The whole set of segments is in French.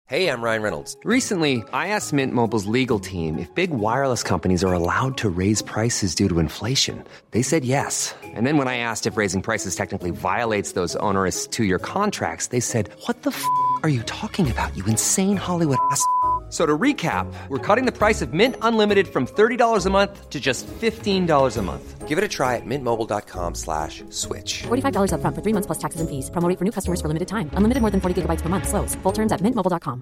Hey, I'm Ryan Reynolds. Recently, I asked Mint Mobile's legal team if big wireless companies are allowed to raise prices due to inflation. They said yes. And then when I asked if raising prices technically violates those onerous two-year contracts, they said, "What the f*** are you talking about, you insane Hollywood ass?" So to recap, we're cutting the price of Mint Unlimited from $30 a month to just $15 a month. Give it a try at mintmobile.com/switch. $45 up front for 3 months plus taxes and fees. Promo rate for new customers for limited time. Unlimited more than 40 gigabytes per month. Slows full terms at mintmobile.com.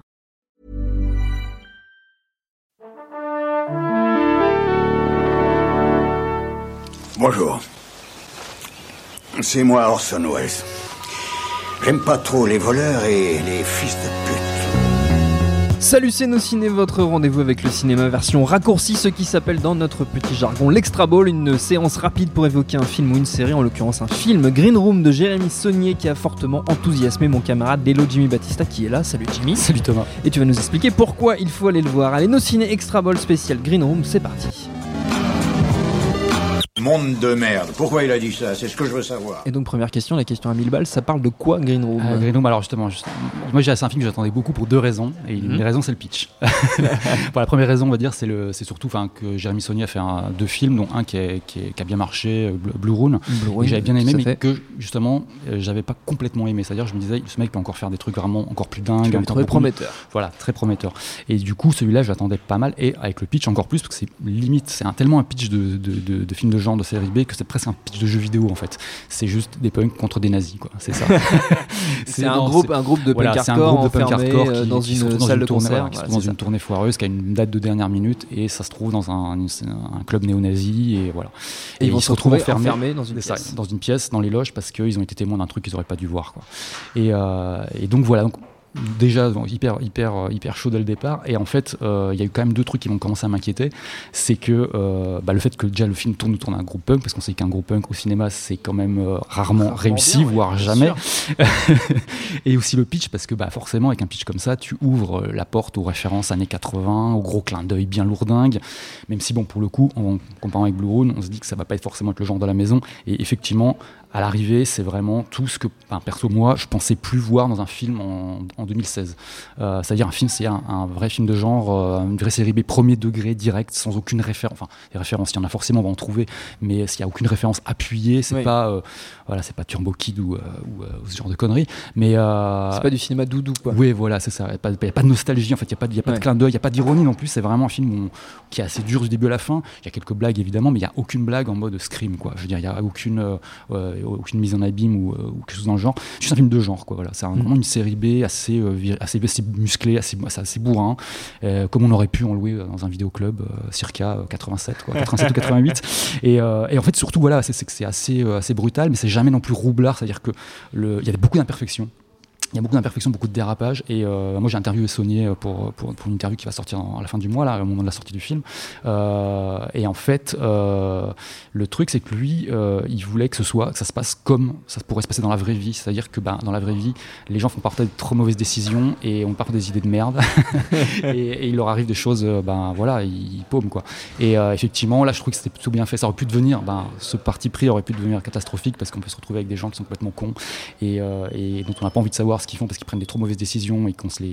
Bonjour. C'est moi Orson Welles. J'aime pas trop les voleurs et les fils de pute. Salut, c'est Nos Ciné, votre rendez-vous avec le cinéma version raccourcie, ce qui s'appelle dans notre petit jargon l'Extra Ball, une séance rapide pour évoquer un film ou une série, en l'occurrence un film, Green Room de Jérémy Saunier, qui a fortement enthousiasmé mon camarade Lelo Jimmy Battista qui est là. Salut Jimmy. Salut Thomas. Et tu vas nous expliquer pourquoi il faut aller le voir. Allez, Nos Ciné Extra Ball spécial Green Room, c'est parti. Monde de merde. Pourquoi il a dit ça? C'est ce que je veux savoir. Et donc première question, la question à 1000 balles, ça parle de quoi Green Room? Green Room, alors justement, moi c'est un film que j'attendais beaucoup pour deux raisons, et une des raisons c'est le pitch. Bon, la première raison on va dire c'est surtout que Jérémy Saunier a fait deux films, dont un qui a bien marché, Blue Ruin, et j'avais bien aimé, mais que justement j'avais pas complètement aimé. C'est-à-dire je me disais ce mec peut encore faire des trucs vraiment encore plus dingues. Tu l'avais trouvé prometteur. Voilà, très prometteur. Et du coup celui-là je l'attendais pas mal, et avec le pitch encore plus, parce que c'est limite, c'est tellement un pitch de film de genre de série B que c'est presque un pitch de jeu vidéo en fait. C'est juste des punks contre des nazis, quoi. C'est ça. c'est un groupe de punk hardcore enfermé dans une salle de concert, qui se trouve dans une tournée foireuse qui a une date de dernière minute, et ça se trouve dans un club néo-nazi, et voilà. Et ils vont se retrouver enfermés dans une pièce. Dans une pièce, dans les loges, parce qu'ils ont été témoins d'un truc qu'ils n'auraient pas dû voir, quoi. Et donc voilà. Donc, déjà hyper chaud dès le départ, et en fait il y a eu quand même deux trucs qui vont commencer à m'inquiéter. C'est que le fait que déjà le film tourne autour d'un groupe punk, parce qu'on sait qu'un groupe punk au cinéma c'est quand même rarement réussi, bien, voire jamais. Et aussi le pitch, parce que forcément avec un pitch comme ça tu ouvres la porte aux références années 80, aux gros clins d'œil bien lourdingues, même si bon, pour le coup en comparant avec Blue Ruin, on se dit que ça va pas être forcément être le genre de la maison, et effectivement à l'arrivée, c'est vraiment tout ce que, perso, moi, je pensais plus voir dans un film en 2016. C'est-à-dire un vrai film de genre, une vraie série B premier degré, direct, sans aucune référence. Enfin, les références, il y en a forcément, on va en trouver, mais s'il n'y a aucune référence appuyée, c'est pas Turbo Kid ou ce genre de conneries. Mais c'est pas du cinéma doudou, quoi. Oui, voilà, c'est ça. Il n'y a pas de nostalgie, en fait, il n'y a pas de clin d'œil, il n'y a pas d'ironie non plus. C'est vraiment un film qui est assez dur du début à la fin. Il y a quelques blagues, évidemment, mais il n'y a aucune blague en mode Scream, quoi. Je veux dire, il n'y a aucune mise en abîme ou quelque chose dans le genre. C'est juste un film de genre, quoi. Voilà. C'est vraiment une série B assez musclée, assez bourrin, comme on aurait pu en louer dans un vidéoclub circa 87 ou 88. Et en fait, surtout, voilà, c'est que c'est assez brutal, mais c'est jamais non plus roublard. C'est-à-dire que il y a beaucoup d'imperfections. Il y a beaucoup d'imperfections, beaucoup de dérapages, et moi j'ai interviewé Saunier pour une interview qui va sortir à la fin du mois, là, au moment de la sortie du film, et en fait le truc c'est que lui il voulait que ça se passe comme ça pourrait se passer dans la vraie vie, c'est-à-dire que dans la vraie vie les gens font parfois de trop mauvaises décisions et ont parfois des idées de merde et il leur arrive des choses, ils paument, quoi. Et effectivement là je trouve que c'était plutôt bien fait. Ça aurait pu devenir, ce parti pris aurait pu devenir catastrophique, parce qu'on peut se retrouver avec des gens qui sont complètement cons et dont on n'a pas envie de savoir ce qu'ils font, parce qu'ils prennent des trop mauvaises décisions et qu'on se les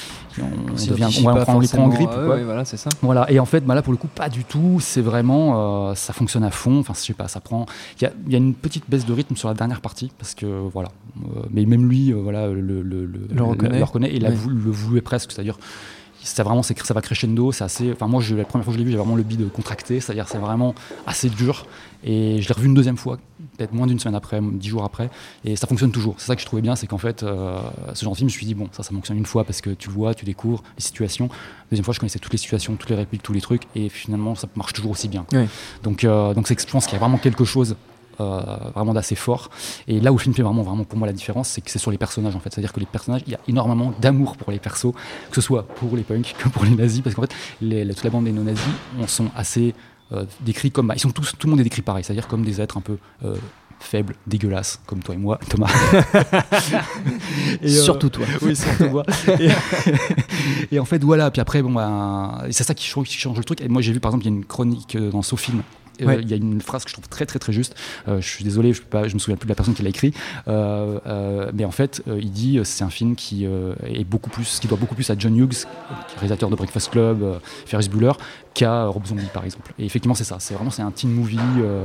on les prend en grippe, quoi. Voilà, c'est ça. Voilà. Et en fait, là pour le coup, pas du tout. C'est vraiment, ça fonctionne à fond. Enfin, je sais pas, ça prend. Il y a une petite baisse de rythme sur la dernière partie, parce que voilà. Mais même lui, le reconnaît et le voulait presque. C'est-à-dire, ça va crescendo. C'est assez. Enfin, moi, la première fois que je l'ai vu, j'ai vraiment le bide contracté. C'est-à-dire, c'est vraiment assez dur. Et je l'ai revu une deuxième fois, peut-être moins d'une semaine après, 10 jours après, et ça fonctionne toujours. C'est ça que je trouvais bien, c'est qu'en fait, ce genre de film, je me suis dit, bon, ça fonctionne une fois, parce que tu le vois, tu découvres les situations. Deuxième fois, je connaissais toutes les situations, toutes les répliques, tous les trucs, et finalement, ça marche toujours aussi bien, quoi. Oui. Donc je pense qu'il y a vraiment quelque chose vraiment d'assez fort. Et là où le film fait vraiment pour moi la différence, c'est que c'est sur les personnages, en fait. C'est-à-dire que les personnages, il y a énormément d'amour pour les persos, que ce soit pour les punks que pour les nazis, parce qu'en fait, toute la bande des non-nazis, on sont assez décrits comme, tout le monde est décrit pareil, c'est-à-dire comme des êtres un peu faibles, dégueulasses, comme toi et moi, Thomas. Surtout toi. Oui, surtout moi. Et en fait, voilà. Puis après, c'est ça qui change le truc. Et moi, j'ai vu, par exemple, il y a une chronique dans SoFilm il y a une phrase que je trouve très très très juste. Je suis désolé, je me souviens plus de la personne qui l'a écrit, mais en fait, il dit c'est un film qui est beaucoup plus, qui doit beaucoup plus à John Hughes, réalisateur de Breakfast Club, Ferris Bueller, qu'à Rob Zombie par exemple. Et effectivement, c'est ça. C'est un teen movie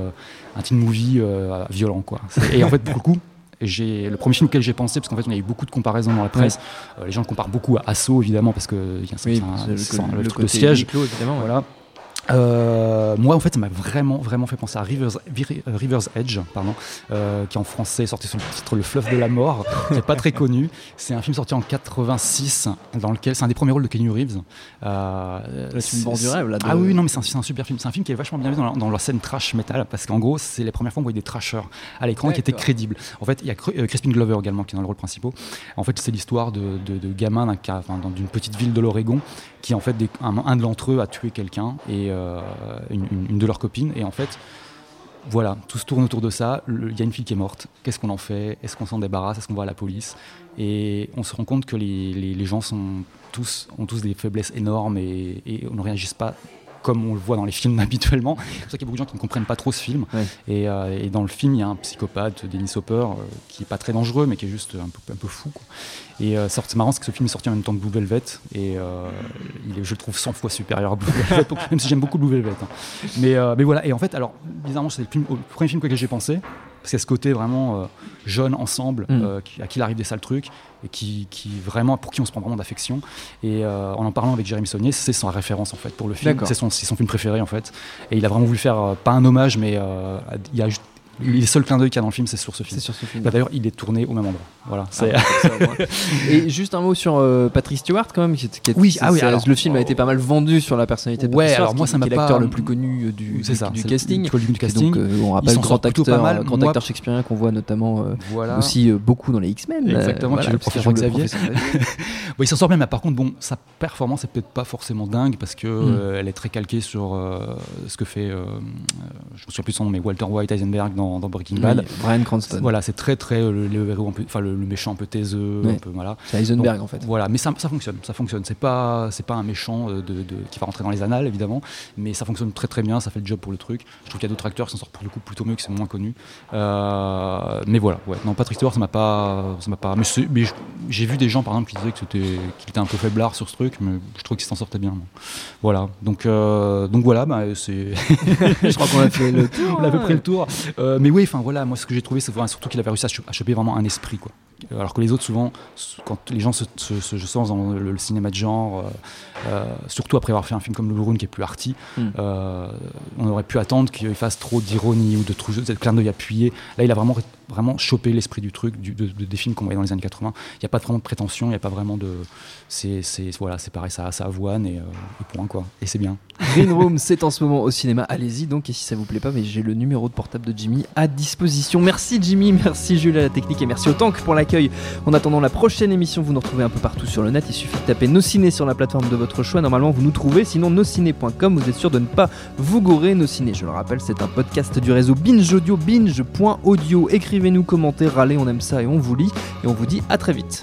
violent, quoi. Et en fait, pour le coup. Le premier film auquel j'ai pensé, parce qu'en fait on a eu beaucoup de comparaisons dans la presse, les gens le comparent beaucoup à Assaut évidemment, parce que le truc de siège, clos, évidemment, voilà. Moi en fait ça m'a vraiment fait penser à River's Edge, qui en français est sorti sous le titre Le Fleuve de la Mort, qui n'est pas très connu. C'est un film sorti en 86 dans lequel c'est un des premiers rôles de Keanu Reeves. Là, tu me vends du rêve là. Ah oui, non mais c'est un super film. C'est un film qui est vachement bien vu dans la scène trash metal, parce qu'en gros c'est les premières fois qu'on voyait des trashers à l'écran qui étaient crédibles. En fait il y a Crispin Glover également qui est dans le rôle principal. En fait c'est l'histoire de gamins d'une petite ville de l'Oregon qui en fait un d'entre eux a tué quelqu'un et une de leurs copines, et en fait voilà, tout se tourne autour de ça. Il y a une fille qui est morte, qu'est-ce qu'on en fait, est-ce qu'on s'en débarrasse, est-ce qu'on va à la police, et on se rend compte que les gens ont tous des faiblesses énormes et on ne réagisse pas comme on le voit dans les films habituellement. C'est pour ça qu'il y a beaucoup de gens qui ne comprennent pas trop ce film. Et dans le film, il y a un psychopathe, Dennis Hopper, qui n'est pas très dangereux, mais qui est juste un peu fou, quoi. Et c'est marrant, c'est que ce film est sorti en même temps que Blue Velvet, et je le trouve 100 fois supérieur à Blue Velvet, même si j'aime beaucoup Blue Velvet. Mais voilà, et en fait, alors bizarrement, c'est le premier film auquel j'ai pensé, parce qu'il y a ce côté vraiment jeunes ensemble, à qui il arrive des sales trucs, et qui vraiment, pour qui on se prend vraiment d'affection. Et en parlant avec Jérémy Saunier, c'est sa référence en fait pour le film. C'est son film préféré en fait. Et il a vraiment voulu faire pas un hommage, mais il y a les seuls clins d'œil qu'il y a dans le film, c'est sur ce film. Bah, d'ailleurs, il est tourné au même endroit. Voilà. Et juste un mot sur Patrick Stewart quand même. Alors, le film a été pas mal vendu sur la personnalité de Patrick Stewart, alors moi, ça m'a qui est l'acteur le plus connu du casting. Donc, on rappelle grand acteur shakespearien qu'on voit notamment aussi beaucoup dans les X-Men. Exactement, qui est le professeur Xavier. Il s'en sort bien, mais par contre, bon, sa performance est peut-être pas forcément dingue, parce que elle est très calquée sur ce que fait, je me souviens plus de son nom, mais Walter White Eisenberg dans Breaking Bad. Bryan Cranston. Voilà, c'est très le héros un peu, enfin le méchant un peu taiseux, un peu voilà. C'est Eisenberg. Donc, en fait. Voilà, mais ça fonctionne. C'est pas un méchant qui va rentrer dans les annales évidemment, mais ça fonctionne très très bien, ça fait le job pour le truc. Je trouve qu'il y a d'autres acteurs qui s'en sortent pour le coup plutôt mieux, qui sont moins connus. Mais voilà, non, Patrick Stewart, ça m'a pas. Mais j'ai vu des gens par exemple qui disaient qu'il était un peu faiblard sur ce truc, mais je trouve qu'il s'en sortait bien. Voilà, donc voilà, c'est. Je crois qu'on a fait le tour. On avait pris le tour. Mais oui, enfin voilà, moi ce que j'ai trouvé, c'est surtout qu'il avait réussi à choper vraiment un esprit, quoi. Alors que les autres, souvent, quand les gens se lancent dans le cinéma de genre, surtout après avoir fait un film comme Le Brune qui est plus arty, on aurait pu attendre qu'il fasse trop d'ironie ou de clin d'œil appuyé. Là, il a vraiment chopé l'esprit du truc, des films qu'on voyait dans les années 80. Il n'y a pas vraiment de prétention, il n'y a pas vraiment de. C'est pareil, ça avoine et point, quoi. Et c'est bien. Green Room, c'est en ce moment au cinéma. Allez-y donc, et si ça vous plaît pas, mais j'ai le numéro de portable de Jimmy à disposition. Merci Jimmy, merci Jules à la technique, et merci au Tank pour l'accueil. En attendant la prochaine émission, vous nous retrouvez un peu partout sur le net. Il suffit de taper Nos Ciné sur la plateforme de votre choix. Normalement, vous nous trouvez. Sinon, nosciné.com, vous êtes sûr de ne pas vous gourer. Nos Ciné, je le rappelle, c'est un podcast du réseau Binge Audio, binge.audio. Écrivez-nous, commentez, râlez, on aime ça et on vous lit. Et on vous dit à très vite.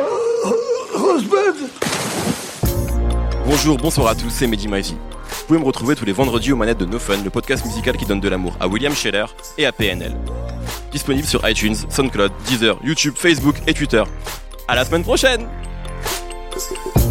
Bonjour, bonsoir à tous, c'est Mehdi Maizy. Vous pouvez me retrouver tous les vendredis aux manettes de No Fun, le podcast musical qui donne de l'amour à William Scheller et à PNL. Disponible sur iTunes, SoundCloud, Deezer, YouTube, Facebook et Twitter. À la semaine prochaine!